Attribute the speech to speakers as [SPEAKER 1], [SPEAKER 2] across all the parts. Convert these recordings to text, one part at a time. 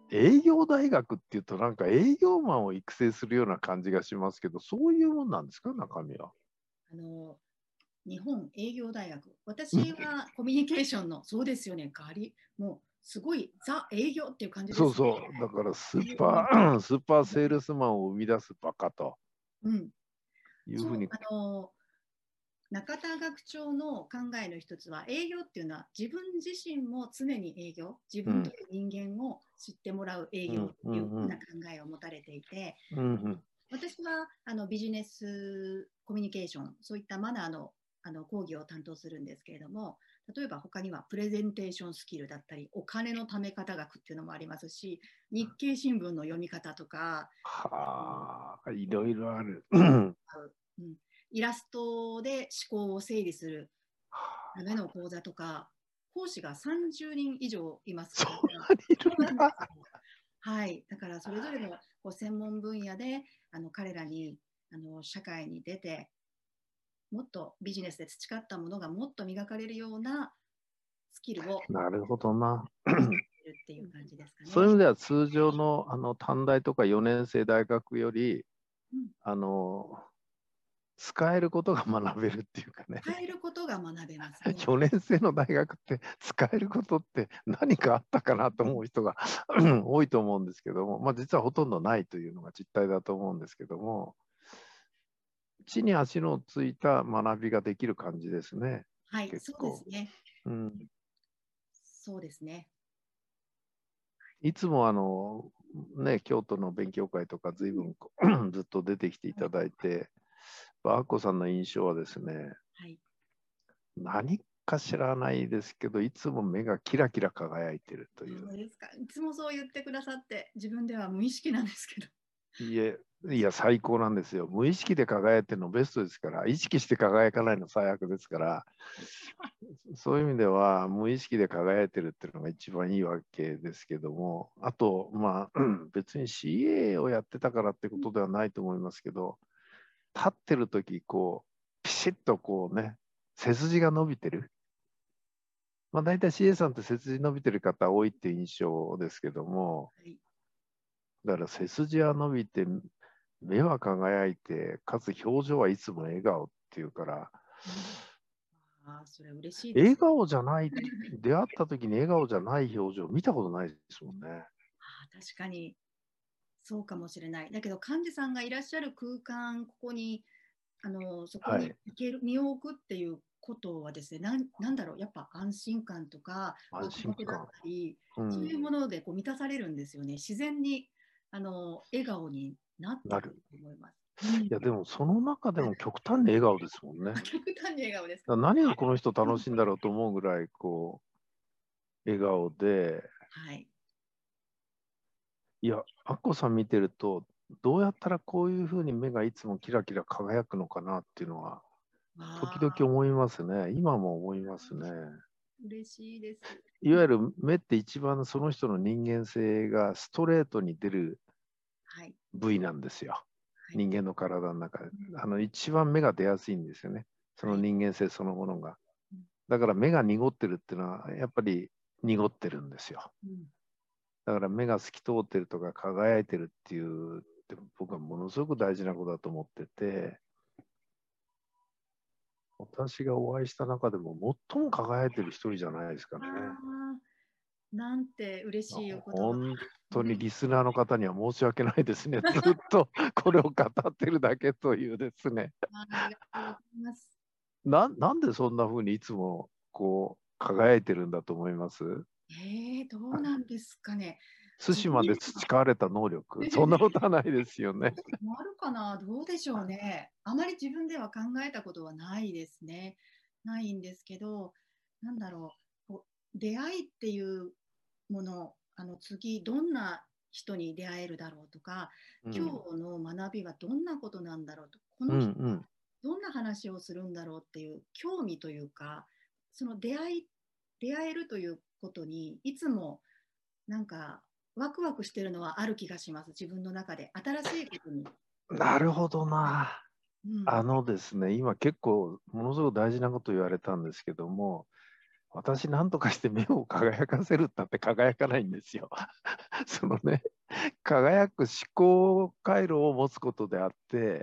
[SPEAKER 1] 営業大学っていうとなんか営業マンを育成するような感じがしますけど、そういうもんなんですか、中身は。
[SPEAKER 2] あの日本営業大学。私はコミュニケーションの、そうですよね、もうすごいザ営業っていう感じですね。
[SPEAKER 1] そうそう。だからスー
[SPEAKER 2] 営業マン。
[SPEAKER 1] パー、スーパーセールスマンを生み出すバカと
[SPEAKER 2] うん。そう、
[SPEAKER 1] いうふうに。
[SPEAKER 2] 中田学長の考えの一つは、営業っていうのは自分自身も常に営業、自
[SPEAKER 1] うん、
[SPEAKER 2] 分という人間を知ってもらう営業っ
[SPEAKER 1] うん、う
[SPEAKER 2] ていうふ
[SPEAKER 1] ん、うん、
[SPEAKER 2] うな考えを持たれていて、
[SPEAKER 1] うん、うん。
[SPEAKER 2] 私はビジネスコミュニケーション、そういったマナーの講義を担当するんですけれども、例えば他にはプレゼンテーションスキルだったり、お金の貯め方学っていうのもありますし、日経新聞の読み方とか、
[SPEAKER 1] はあ、いろいろある。
[SPEAKER 2] うん、イラストで思考を整理するための講座とか、講師が30人以上います
[SPEAKER 1] そん
[SPEAKER 2] から、
[SPEAKER 1] なにいる
[SPEAKER 2] そうなんで
[SPEAKER 1] んだ。
[SPEAKER 2] すよ。はい、だからそれぞれの専門分野で彼らに社会に出て、もっとビジネスで培ったものがもっと磨かれるようなスキルを
[SPEAKER 1] なるほどな。
[SPEAKER 2] 教えるっていう感じですかね。
[SPEAKER 1] そういう意味では通常の、短大とか4年生大学より、
[SPEAKER 2] うん、
[SPEAKER 1] あの、使えることが学べるっていうかね。
[SPEAKER 2] 変えることが学べますね。
[SPEAKER 1] 4年生の大学って使えることって何かあったかなと思う人が多いと思うんですけども、まあ、実はほとんどないというのが実態だと思うんですけども、地に足のついた学びができる感じですね、
[SPEAKER 2] はい、そうです
[SPEAKER 1] 結構。
[SPEAKER 2] ね。
[SPEAKER 1] うん、
[SPEAKER 2] そうですね。
[SPEAKER 1] いつもね、京都の勉強会とか随分ずっと出てきていただいて、アッコさんの印象はですね、
[SPEAKER 2] はい。
[SPEAKER 1] 何か知らないですけど、いつも目がキラキラ輝いてるという。
[SPEAKER 2] そうですか。いつもそう言ってくださって、自分では無意識なんですけど。
[SPEAKER 1] いや、最高なんですよ。無意識で輝いてるのベストですから、意識して輝かないの最悪ですから、そういう意味では無意識で輝いてるっていうのが一番いいわけですけども、あと、まあ、別に CA をやってたからってことではないと思いますけど、立ってる時こう、ピシッとこうね、背筋が伸びてる。まあ、大体 CA さんって背筋伸びてる方多いっていう印象ですけども、
[SPEAKER 2] はい。
[SPEAKER 1] だから背筋は伸びて、目は輝いて、かつ表情はいつも笑顔っていうから、
[SPEAKER 2] うん、ああ、それ嬉しいです。
[SPEAKER 1] 笑顔じゃない、出会った時に笑顔じゃない表情見たことないですもんね。
[SPEAKER 2] ああ、確かにそうかもしれない。だけど、幹事さんがいらっしゃる空間、ここに、そこに
[SPEAKER 1] はい。
[SPEAKER 2] 行ける、身を置くっていうことはですね、なんだろう、やっぱ安心感とか、
[SPEAKER 1] 安
[SPEAKER 2] ワクワクだっ
[SPEAKER 1] 心感。
[SPEAKER 2] たり、
[SPEAKER 1] うん。
[SPEAKER 2] そういうもので満たされるんですよね。自然に、笑顔になって
[SPEAKER 1] なる。
[SPEAKER 2] くると思います。うん。
[SPEAKER 1] いや、でもその中でも極端に笑顔ですもんね。だか
[SPEAKER 2] 極端に笑顔ですか。
[SPEAKER 1] ら何がこの人楽しいんだろうと思うぐらい、こう、笑顔で、
[SPEAKER 2] はい。
[SPEAKER 1] いや、アッコさん見てると、どうやったらこういうふうに目がいつもキラキラ輝くのかなっていうのは、時々
[SPEAKER 2] ああ、
[SPEAKER 1] 思いますね。今も思いますね。
[SPEAKER 2] 嬉しいです。
[SPEAKER 1] いわゆる目って一番その人の人間性がストレートに出る
[SPEAKER 2] はい。
[SPEAKER 1] 部位なんですよ。
[SPEAKER 2] はい。
[SPEAKER 1] 人間の体の中で。一番目が出やすいんですよね。その
[SPEAKER 2] はい。
[SPEAKER 1] 人間性そのものが。
[SPEAKER 2] うん。
[SPEAKER 1] だから目が濁ってるっていうのは、やっぱり濁ってるんですよ。
[SPEAKER 2] うん。
[SPEAKER 1] だから目が透き通ってるとか輝いてるっていうって僕はものすごく大事なことだと思ってて、私がお会いした中でも最も輝いてる一人じゃないですか
[SPEAKER 2] あ
[SPEAKER 1] ね。
[SPEAKER 2] あ、なんて嬉しいお言葉。
[SPEAKER 1] 本当に
[SPEAKER 2] ね。
[SPEAKER 1] リスナーの方には申し訳ないですね。ずっとこれを語ってるだけというですね。
[SPEAKER 2] ありがとうございます。
[SPEAKER 1] なんでそんな風にいつもこう輝いてるんだと思います？
[SPEAKER 2] どうなんですかね。自分
[SPEAKER 1] 対馬で培われた能力、そんなことはないですよね。
[SPEAKER 2] もあるかな、どうでしょうね。あまり自分では考えたことはないですね。ないんですけど、なんだろう、出会いっていうもの、次、どんな人に出会えるだろうとか、今
[SPEAKER 1] うん、
[SPEAKER 2] 日の学びはどんなことなんだろうと、こ
[SPEAKER 1] うん、
[SPEAKER 2] の人
[SPEAKER 1] うん。
[SPEAKER 2] どんな話をするんだろうっていう興味というか、その出会えるということに、いつもなんかワクワクしてるのはある気がします、自分の中で。新しいことに。
[SPEAKER 1] なるほどな。
[SPEAKER 2] うん。
[SPEAKER 1] ですね、今結構ものすごく大事なこと言われたんですけども、 私何とかして目を輝かせるったって輝かないんですよ。そのね、輝く思考回路を持つことであって、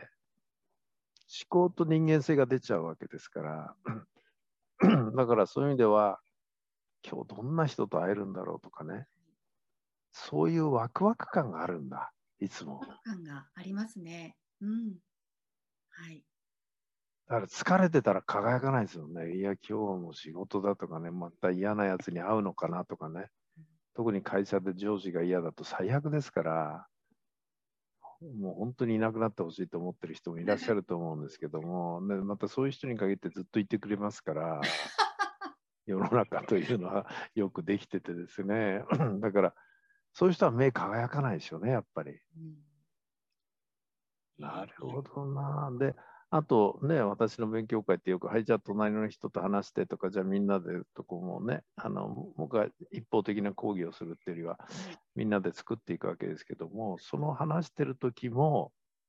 [SPEAKER 1] 思考と人間性が出ちゃうわけですから、だからそういう意味では、今日どんな人と会えるんだろうとかね、そういうワクワク感があるんだ、いつも。
[SPEAKER 2] 感がありますね。うん。はい。
[SPEAKER 1] だから疲れてたら輝かないですよね。いや、今日も仕事だとかね、また嫌なやつに会うのかなとかね。特に会社で上司が嫌だと最悪ですから、もう本当にいなくなってほしいと思ってる人もいらっしゃると思うんですけども、ね、またそういう人に限ってずっといてくれますから、世の中というのはよくできててですね。だから、そういう人は目輝かないでしょうね、やっぱり。なるほどな。で、あとね、私の勉強会ってよく、はい、じゃあ隣の人と話してとか、じゃあみんなでとこもね、僕は一方的な講義をするっていうよりは、みんなで作っていくわけですけども、その話してる時も、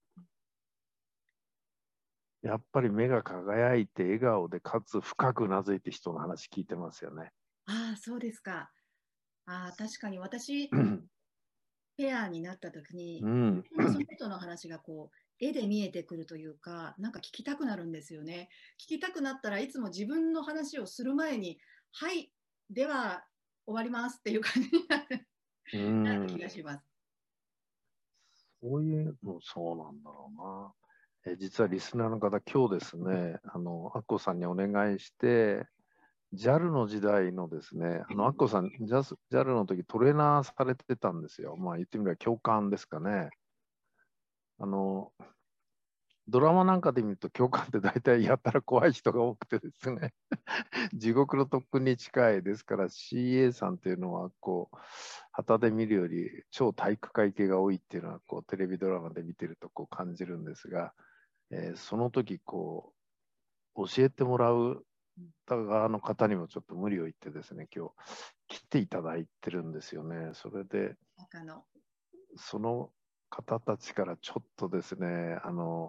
[SPEAKER 1] やっぱり目が輝いて笑顔で、かつ深くうなずいて人の話聞いてますよね。
[SPEAKER 2] ああ、そうですか。ああ、確かに私、ペアになった時に、
[SPEAKER 1] うん、
[SPEAKER 2] その人の話がこう、絵で見えてくるというか、なんか聞きたくなるんですよね。聞きたくなったらいつも自分の話をする前に、はい、では終わりますっていう感じになる
[SPEAKER 1] う
[SPEAKER 2] なる気が
[SPEAKER 1] ん、
[SPEAKER 2] します。
[SPEAKER 1] そういうの、そうなんだろうな。実はリスナーの方、今日ですね、アッコさんにお願いして、JAL の時代のですね、アッコさん、JAL の時トレーナーされてたんですよ。まあ言ってみれば教官ですかね。あの、ドラマなんかで見ると教官って大体やったら怖い人が多くてですね、地獄の特訓に近いですから CA さんっていうのはこう、旗で見るより超体育会系が多いっていうのはこうテレビドラマで見てるとこう感じるんですが、その時こう教えてもらう側の方にもちょっと無理を言ってですね、今日来ていただいてるんですよね。それで、その方たちからちょっとですね、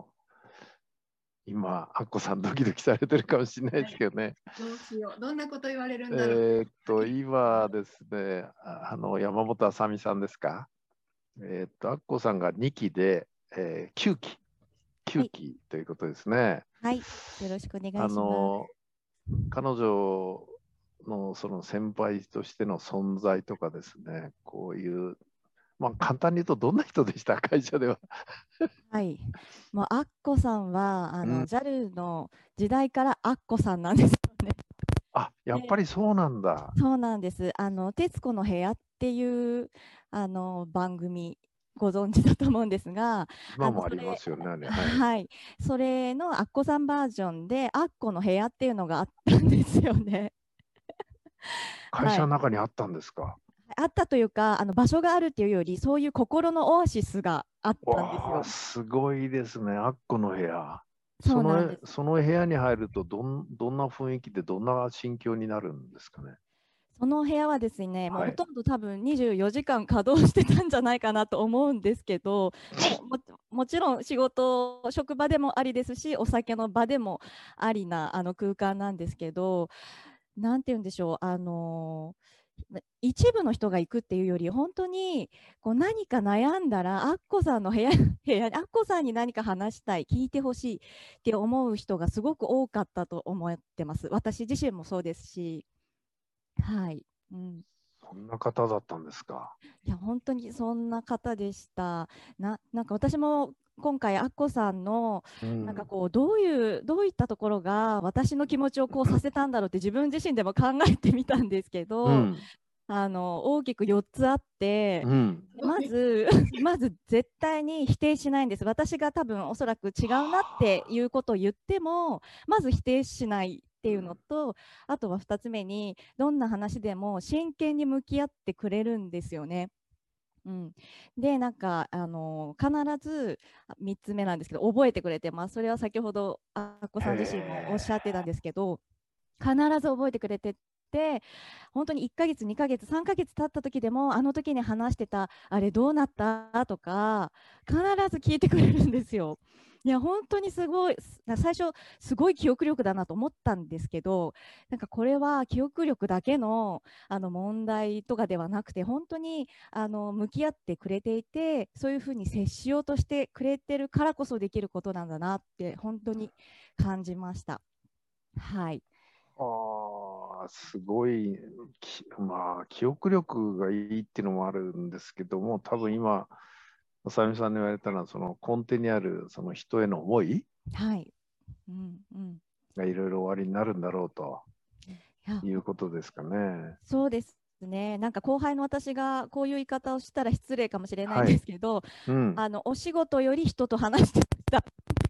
[SPEAKER 1] 今、アッコさんドキドキされてるかもしれないですけどね。
[SPEAKER 2] どうしよう。どんなこと言われるんだろう。
[SPEAKER 1] 今ですね、山本あさみさんですか。アッコさんが2期で、9期、9
[SPEAKER 3] はい、
[SPEAKER 1] 期ということですね。
[SPEAKER 3] はい、よろしくお願
[SPEAKER 1] あ
[SPEAKER 3] いします。
[SPEAKER 1] の、彼女のその先輩としての存在とかですね、こういう、まあ簡単に言うとどんな人でした会社では。
[SPEAKER 3] はい、もうアッコさんは
[SPEAKER 1] うん、
[SPEAKER 3] JAL の時代からアッコさんなんですよね。
[SPEAKER 1] あ、やっぱりそうなんだ。
[SPEAKER 3] そうなんです。徹子の部屋っていう番組ご存知だと思うんですが、
[SPEAKER 1] 今もありま
[SPEAKER 3] それ、
[SPEAKER 1] すよね、あれ。はい。
[SPEAKER 3] はい、それのアッコさんバージョンでアッコの部屋っていうのがあったんですよね。
[SPEAKER 1] 会
[SPEAKER 3] はい。
[SPEAKER 1] 社の中にあったんですか。
[SPEAKER 3] あったというか、場所があるっていうより、そういう心のオアシスがあったんです
[SPEAKER 1] わあ、
[SPEAKER 3] よ。
[SPEAKER 1] すごいですね。アッコの部屋。
[SPEAKER 3] そうなんです。
[SPEAKER 1] その部屋に入るとどんな雰囲気でどんな心境になるんですかね。
[SPEAKER 3] その部屋はですね、もう
[SPEAKER 1] はい。
[SPEAKER 3] ほとんど多分24時間稼働してたんじゃないかなと思うんですけど、もちろん仕事、職場でもありですし、お酒の場でもありな空間なんですけど、なんて言うんでしょう、一部の人が行くっていうより、本当にこう何か悩んだら、アッコさんの部屋に、アッコさんに何か話したい、聞いてほしいって思う人がすごく多かったと思ってます。私自身もそうですし。はい。うん。
[SPEAKER 1] そんな方だったんですか。
[SPEAKER 3] いや、本当にそんな方でした。なんか私も今回、アッコさんの、
[SPEAKER 1] うん。
[SPEAKER 3] なんかこう、どういったところが私の気持ちをこうさせたんだろうって自分自身でも考えてみたんですけど、
[SPEAKER 1] うん。
[SPEAKER 3] 大きく4つあって、
[SPEAKER 1] うん。
[SPEAKER 3] まずまず絶対に否定しないんです。私が多分おそらく違うなっていうことを言っても、まず否定しないっていうのと、あとは2つ目に、どんな話でも真剣に向き合ってくれるんですよね。うん、で、なんか、必ず3つ目なんですけど、覚えてくれてます。それは先ほど、あっこ
[SPEAKER 1] へ
[SPEAKER 3] さん自身もおっしゃってたん
[SPEAKER 1] え。
[SPEAKER 3] ですけど、必ず覚えてくれてて、本当に1ヶ月、2ヶ月、3ヶ月経った時でも、あの時に話してた、あれどうなったとか、必ず聞いてくれるんですよ。いや、本当にすごい、最初、すごい記憶力だなと思ったんですけど、なんかこれは記憶力だけの、問題とかではなくて、本当に向き合ってくれていて、そういうふうに接しようとしてくれてるからこそできることなんだなって、本当に感じました。はい。
[SPEAKER 1] ああ、すごい、まあ、記憶力がいいっていうのもあるんですけども、多分今、あさみさんに言われたのは、その根底にあるその人への思い
[SPEAKER 3] はい。うんうん。
[SPEAKER 1] がいろいろおありになるんだろうと
[SPEAKER 3] いや、
[SPEAKER 1] いうことですかね。
[SPEAKER 3] そうですね。なんか後輩の私がこういう言い方をしたら失礼かもしれないん
[SPEAKER 1] はい。
[SPEAKER 3] ですけど、
[SPEAKER 1] うん。
[SPEAKER 3] お仕事より人と話してた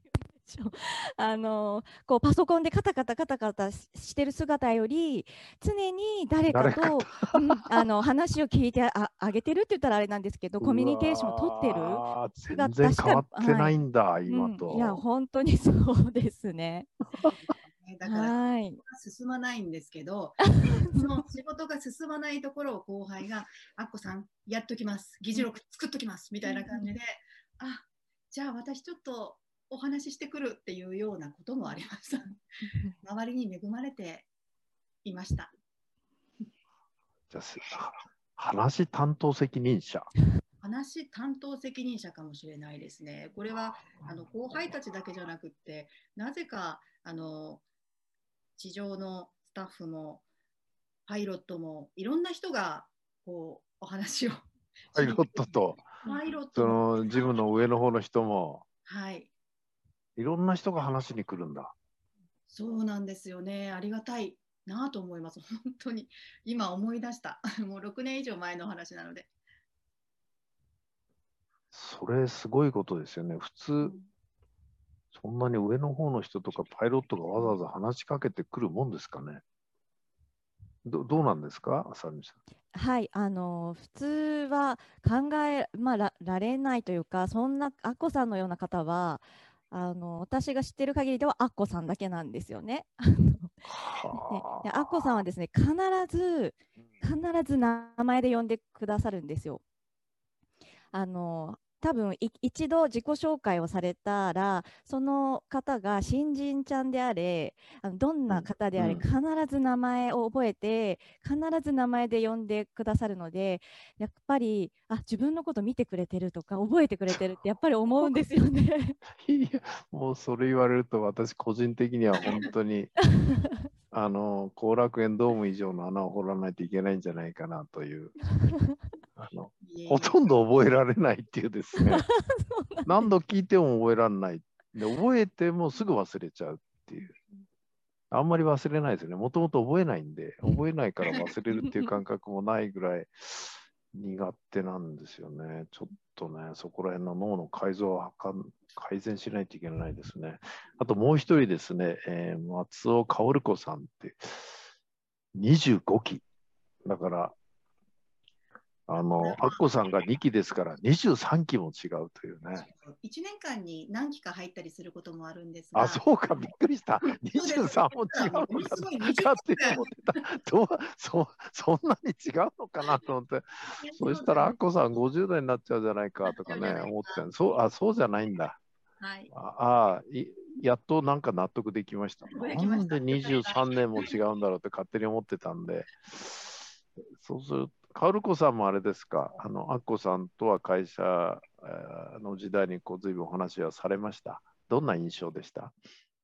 [SPEAKER 3] こうパソコンでカタカタカタカタしてる姿より常に誰か
[SPEAKER 1] 誰かと。
[SPEAKER 3] と、話を聞いてあげてるって言ったらあれなんですけど、コミュ
[SPEAKER 1] う
[SPEAKER 3] ニケーションを取ってる
[SPEAKER 1] わー、全然
[SPEAKER 3] 姿しか、
[SPEAKER 1] 変わって
[SPEAKER 3] はい、
[SPEAKER 1] ないんだ、
[SPEAKER 3] う
[SPEAKER 1] 今
[SPEAKER 3] いや、
[SPEAKER 1] と。
[SPEAKER 3] 本当にそうですね。
[SPEAKER 2] だから
[SPEAKER 3] はい。
[SPEAKER 2] 進まないんですけど、その仕事が進まないところを後輩が、あっこさん、やっときます、議事録作っときますみたいな感じで、あ、じゃあ私ちょっとお話ししてくるっていうようなこともありました。周りに恵まれていました。
[SPEAKER 1] じゃあ、話担当責任者。
[SPEAKER 2] 話担当責任者かもしれないですね。これは後輩たちだけじゃなくって、なぜか地上のスタッフもパイロットもいろんな人がこうお話を
[SPEAKER 1] パイロットと、
[SPEAKER 2] パイロット
[SPEAKER 1] そ
[SPEAKER 2] も、
[SPEAKER 1] のジムの上の方の人も、
[SPEAKER 2] はい、
[SPEAKER 1] いろんな人が話しに来るんだ。
[SPEAKER 2] そうなんですよね。ありがたいなと思います。本当に今思い出した。もう6年以上前の話なので。
[SPEAKER 1] それすごいことですよね。普通、そんなに上の方の人とかパイロットがわざわざ話しかけてくるもんですかね。どうなんですか、浅見さん。
[SPEAKER 3] はい、普通はられないというか、そんなアッコさんのような方は、私が知ってる限りではアッコさんだけなんですよね。でアッコさんは
[SPEAKER 1] は
[SPEAKER 3] ですね、必ず名前で呼んでくださるんですよ。多分一度自己紹介をされたら、その方が新人ちゃんであれ、どんな方であれ、必ず名前を覚えて、必ず名前で呼んでくださるので、やっぱり、自分のこと見てくれてるとか、覚えてくれてるってやっぱり思うんですよね。
[SPEAKER 1] いや、もうそれ言われると私個人的には本当に後楽園ドーム以上の穴を掘らないといけないんじゃないかなというほとんど覚えられないっていうですね何度聞いても覚えられないで、覚えてもすぐ忘れちゃうっていう、あんまり忘れないですよね。もともと覚えないんで、覚えないから忘れるっていう感覚もないぐらい苦手なんですよね。ちょっとね、そこら辺の脳の改造を改善しないといけないですね。あともう一人ですね、松尾薫子さんって25期。だから、アッコさんが2期ですから23期も違うというね。
[SPEAKER 2] 1年間に何期か入ったりすることもあるんです
[SPEAKER 1] あ、
[SPEAKER 2] が、
[SPEAKER 1] そうか、びっくりした。23も違うのか
[SPEAKER 2] すごい20
[SPEAKER 1] 勝手に思ってた。そんなに違うのかなと思って。そしたら、アッコさん50代になっちゃうじゃないかとかね、思ってた。そうじゃないんだ。
[SPEAKER 2] はい、
[SPEAKER 1] やっとなんか納得できました。
[SPEAKER 2] できました。
[SPEAKER 1] なんで23年も違うんだろうって勝手に思ってたんで。そうすると、カオルコさんもあれですか、アッコさんとは会社の時代に随分お話はされました。どんな印象でした？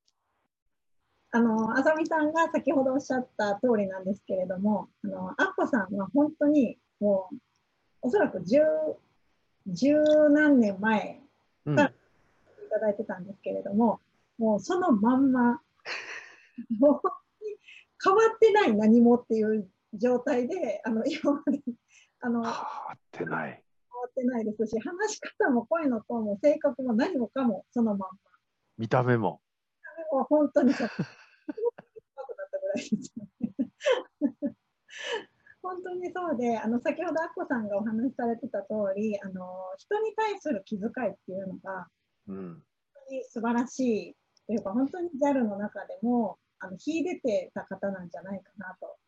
[SPEAKER 4] あさみさんが先ほどおっしゃった通りなんですけれども、アッコさんは本当にもう、おそらく十何年前からいただいてたんですけれども、もうそのまんま、もう変わってない何もっていう状態で、今まで
[SPEAKER 1] 変わってない。
[SPEAKER 4] 変わってないですし、話し方も声のトーンも性格も何もかもそのまんま。
[SPEAKER 1] 見た目も。
[SPEAKER 4] 本当にそう。だったぐらいですよね。本当にそうで、先ほどアッコさんがお話しされてた通り、人に対する気遣いっていうのが、本当に素晴らしいというか、本当に JAL の中でも秀でてた方なんじゃないかなと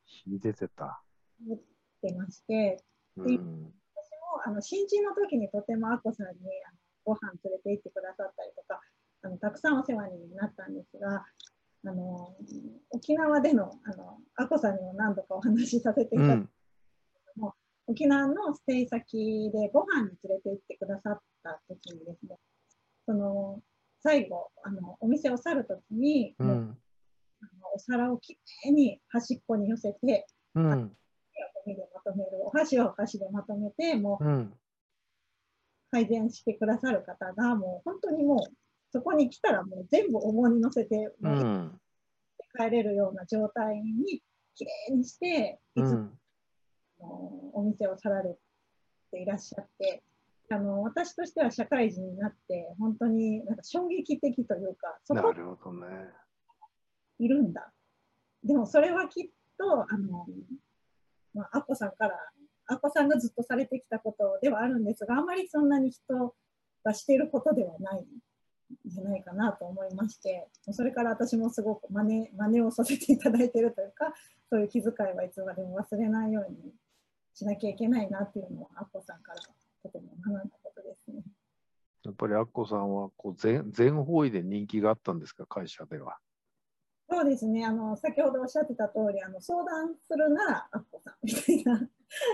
[SPEAKER 1] 秀でてた。
[SPEAKER 4] 持ってまして、で私も新人の時にとてもアッコさんにご飯連れて行ってくださったりとか、たくさんお世話になったんですが、沖縄でのアッコさんにも何度かお話しさせていただいたんですけども、沖縄のステイ先でご飯に連れて行ってくださった時にですね、最後お店を去る時に、もうお皿をきれいに端っこに寄せて、ゴミでまとめる、お箸はお箸でまとめて、もう改善してくださる方が、もう本当にもう、そこに来たらもう全部重に乗せて、もう帰れるような状態にきれいにして、いつお店を去られていらっしゃって、私としては社会人になって、本当になんか衝撃的というか、そこにいるんだ。でもそれはきっと、アッコさんから、アッコさんがずっとされてきたことではあるんですが、あまりそんなに人がしていることではないんじゃないかなと思いまして、それから私もすごく真似をさせていただいているというか、そういう気遣いはいつまでも忘れないようにしなきゃいけないなっていうのをアッコさんからとても学んだことですね。
[SPEAKER 1] やっぱりアッコさんは全方位で人気があったんですか、会社では。
[SPEAKER 4] そうですね、先ほどおっしゃってた通り、相談するならアッコさんみたいな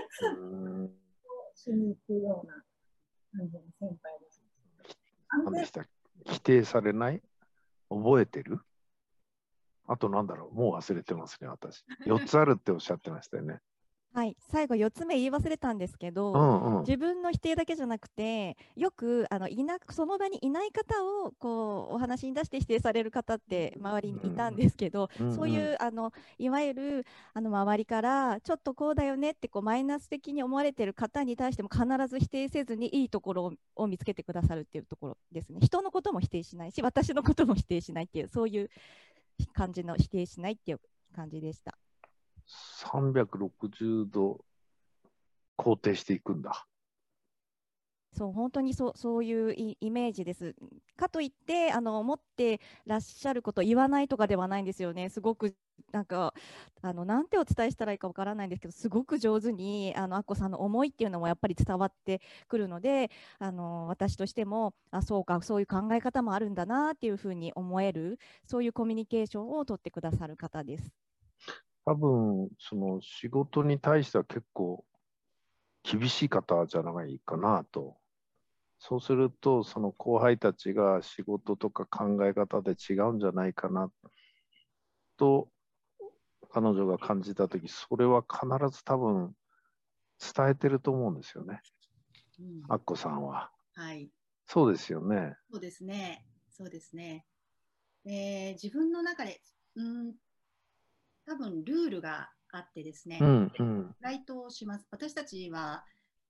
[SPEAKER 4] しに行くような感じの先輩です。
[SPEAKER 1] 何でしたっけ？否定されない？覚えてる？あとなんだろう、もう忘れてますね、私。4つあるっておっしゃってましたよね。
[SPEAKER 3] はい、最後4つ目言い忘れたんですけど、自分の否定だけじゃなくて、よくその場にいない方をこうお話に出して否定される方って周りにいたんですけど、そういういわゆる周りからちょっとこうだよねってこうマイナス的に思われている方に対しても必ず否定せずにいいところを見つけてくださるっていうところですね。人のことも否定しないし、私のことも否定しないっていう、そういう感じの否定しないっていう感じでした。
[SPEAKER 1] 360度肯定していくんだ。
[SPEAKER 3] そう本当にそういうイメージです。かといって持ってらっしゃることを言わないとかではないんですよね。すごくなんかなんてお伝えしたらいいかわからないんですけど、すごく上手にアッコさんの思いっていうのもやっぱり伝わってくるので、私としてもそうか、そういう考え方もあるんだなっていうふうに思える、そういうコミュニケーションを取ってくださる方です。
[SPEAKER 1] 多分その仕事に対しては結構厳しい方じゃないかなと。そうすると、その後輩たちが仕事とか考え方で違うんじゃないかなと、彼女が感じたとき、それは必ず多分伝えてると思うんですよね。アッコさんは。
[SPEAKER 2] はい。
[SPEAKER 1] そうですよね。
[SPEAKER 2] そうですね。そうですね。自分の中で、多分ルールがあってですね、フライトをします。私たちは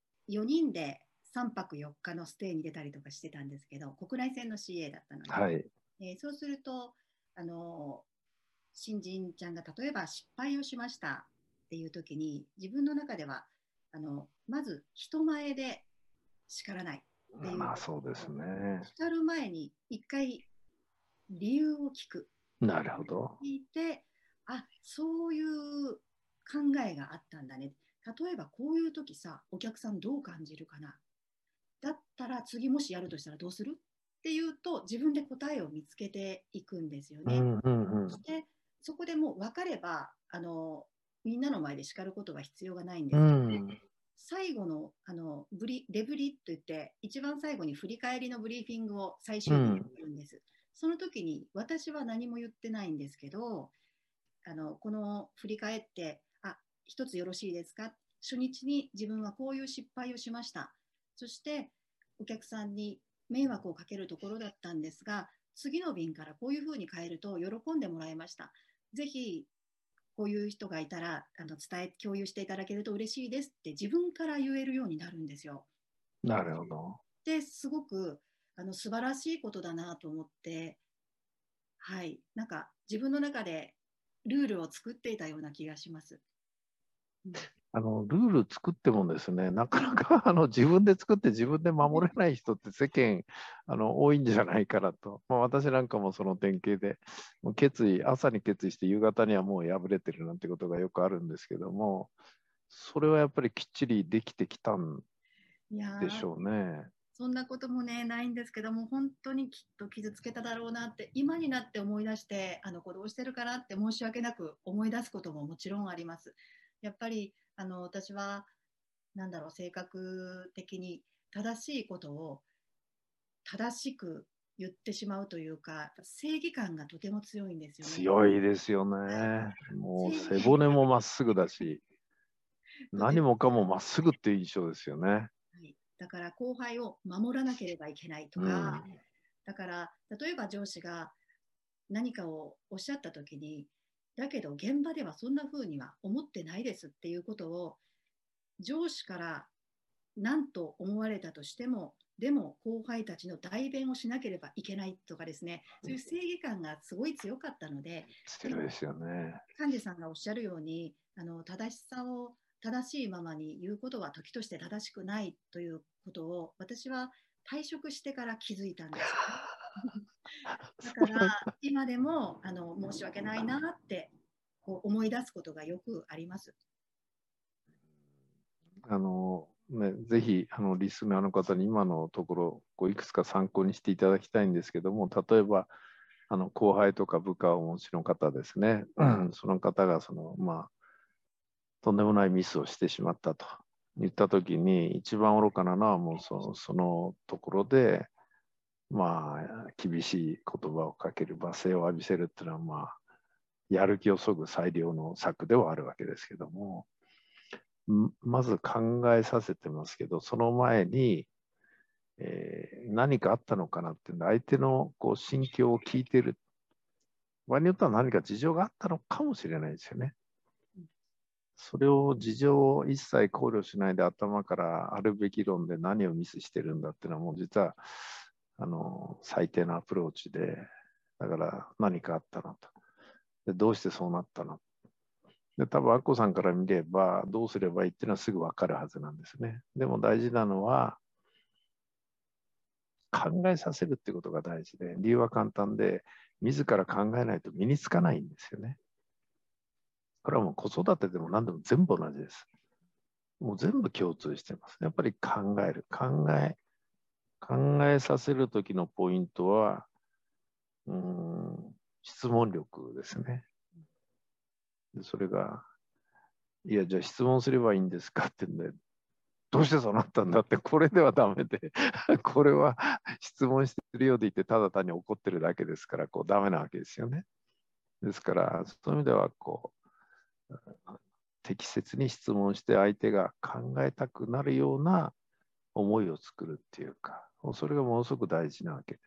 [SPEAKER 2] 4人で3泊4日のステイに出たりとかしてたんですけど、国内線の CA だったので、そうすると新人ちゃんが例えば失敗をしましたっていう時に、自分の中ではまず人前で叱らないっていう、
[SPEAKER 1] まあそうですね。
[SPEAKER 2] 叱る前に一回理由を聞く。
[SPEAKER 1] なるほど。
[SPEAKER 2] 聞いて、そういう考えがあったんだね。例えばこういう時さ、お客さんどう感じるかな。だったら次もしやるとしたらどうするっていうと、自分で答えを見つけていくんですよね。そしてそこでもう分かればみんなの前で叱ることは必要がないんですけど、最後のデブリといって一番最後に振り返りのブリーフィングを最終日にするんです。その時に私は何も言ってないんですけど、この振り返って一つよろしいですか、初日に自分はこういう失敗をしました、そしてお客さんに迷惑をかけるところだったんですが、次の便からこういうふうに変えると喜んでもらえました、ぜひこういう人がいたら共有していただけると嬉しいですって自分から言えるようになるんですよ。
[SPEAKER 1] なるほど。
[SPEAKER 2] ですごく素晴らしいことだなと思って、はい、なんか自分の中でルールを作っていたような気がします。
[SPEAKER 1] ルール作ってもですね、なかなか自分で作って自分で守れない人って世間多いんじゃないかなと。私なんかもその典型で、もう朝に決意して夕方にはもう破れてるなんてことがよくあるんですけども、それはやっぱりきっちりできてきたんでしょうね。
[SPEAKER 2] そんなこともね、ないんですけども、本当にきっと傷つけただろうなって、今になって思い出して、どうしてるかなって申し訳なく思い出すことももちろんあります。やっぱり、私は、性格的に正しいことを正しく言ってしまうというか、正義感がとても強いんですよね。
[SPEAKER 1] 強いですよね。
[SPEAKER 2] は
[SPEAKER 1] もう背骨もまっすぐだし、何もかもまっすぐっていう印象ですよね。
[SPEAKER 2] はい、だから後輩を守らなければいけないとか、だから例えば上司が何かをおっしゃった時に、だけど現場ではそんな風には思ってないですっていうことを上司から何と思われたとしても、でも後輩たちの代弁をしなければいけないとかですね、そういう正義感がすごい強かったので、
[SPEAKER 1] 強いですよね。
[SPEAKER 2] 幹事さんがおっしゃるように、正しいままに言うことは時として正しくないということを私は退職してから気づいたんです。だから今でも申し訳ないなってこう思い出すことがよくあります。
[SPEAKER 1] ぜひリスナーの方に今のところいくつか参考にしていただきたいんですけども、例えば後輩とか部下をお持ちの方ですね、その方がとんでもないミスをしてしまったと言ったときに、一番愚かなのはもうそのところで、厳しい言葉をかける、罵声を浴びせるっていうのは、やる気をそぐ最良の策ではあるわけですけども、まず考えさせてますけど、その前に、何かあったのかなっていうので、相手の心境を聞いてる。場合によっては何か事情があったのかもしれないですよね。それを事情を一切考慮しないで頭からあるべき論で何をミスしてるんだっていうのはもう実は最低なアプローチで、だから何かあったのと。でどうしてそうなったので、多分アッコさんから見ればどうすればいいっていうのはすぐ分かるはずなんですね。でも大事なのは考えさせるってことが大事で、理由は簡単で、自ら考えないと身につかないんですよね。これはもう子育てでも何でも全部同じです。もう全部共通してます。やっぱり考える。考えさせるときのポイントは、質問力ですね。でそれが、いや、じゃあ質問すればいいんですかって言うんで、どうしてそうなったんだって、これではダメで、これは質問してるようでいて、ただ単に怒ってるだけですから、ダメなわけですよね。ですから、そういう意味では、適切に質問して相手が考えたくなるような思いを作るっていうか、それがものすごく大事なわけで。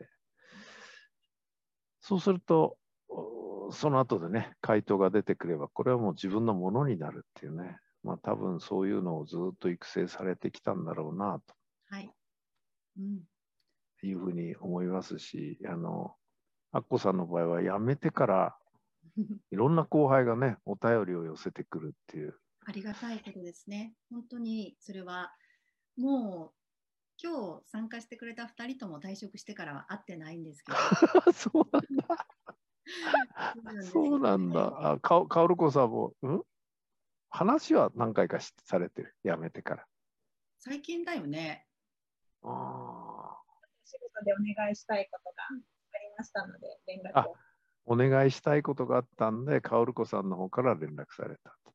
[SPEAKER 1] そうすると、その後でね、回答が出てくれば、これはもう自分のものになるっていうね、多分そういうのをずっと育成されてきたんだろうなと、
[SPEAKER 2] はい、
[SPEAKER 1] いうふうに思いますし、アッコさんの場合は辞めてからいろんな後輩がね、お便りを寄せてくるっていう。
[SPEAKER 2] ありがたいことですね。本当にそれはもう今日参加してくれた2人とも退職してからは会ってないんですけど。
[SPEAKER 1] そうなんだ。そうなんだ。かおるこさんも、話は何回かされてる。辞めてから。
[SPEAKER 2] 最近だよね。
[SPEAKER 4] 仕事でお願いしたいことがありましたので、連絡を。
[SPEAKER 1] お願いしたいことがあったんで、かおるこさんの方から連絡された。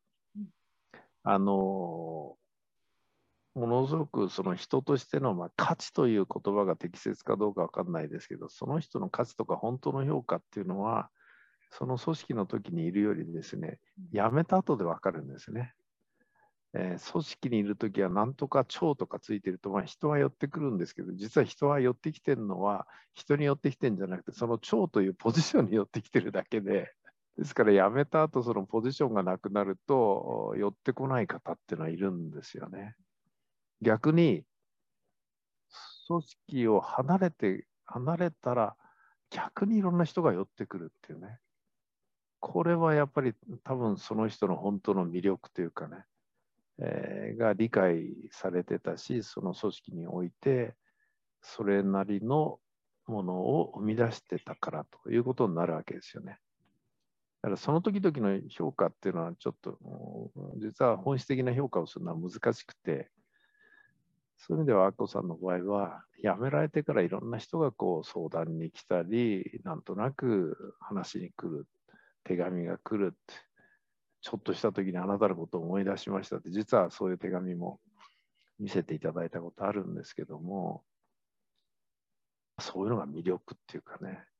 [SPEAKER 1] ものすごくその人としての、価値という言葉が適切かどうかわかんないですけど、その人の価値とか本当の評価っていうのは、その組織の時にいるよりですね、辞めた後でわかるんですね。組織にいる時は何とか長とかついてると、人は寄ってくるんですけど、実は人は寄ってきてるのは人に寄ってきてるんじゃなくて、その長というポジションに寄ってきてるだけで、ですから辞めた後そのポジションがなくなると寄ってこない方っていうのはいるんですよね。逆に組織を離れたら逆にいろんな人が寄ってくるっていうね。これはやっぱり多分その人の本当の魅力というかね、 が理解されてたし、その組織においてそれなりのものを生み出してたからということになるわけですよね。だからその時々の評価っていうのはちょっと実は本質的な評価をするのは難しくて、そういう意味ではアッコさんの場合は辞められてからいろんな人がこう相談に来たり、なんとなく話に来る、手紙が来るって、ちょっとした時にあなたのことを思い出しましたって、実はそういう手紙も見せていただいたことあるんですけども、そういうのが魅力っていうかね、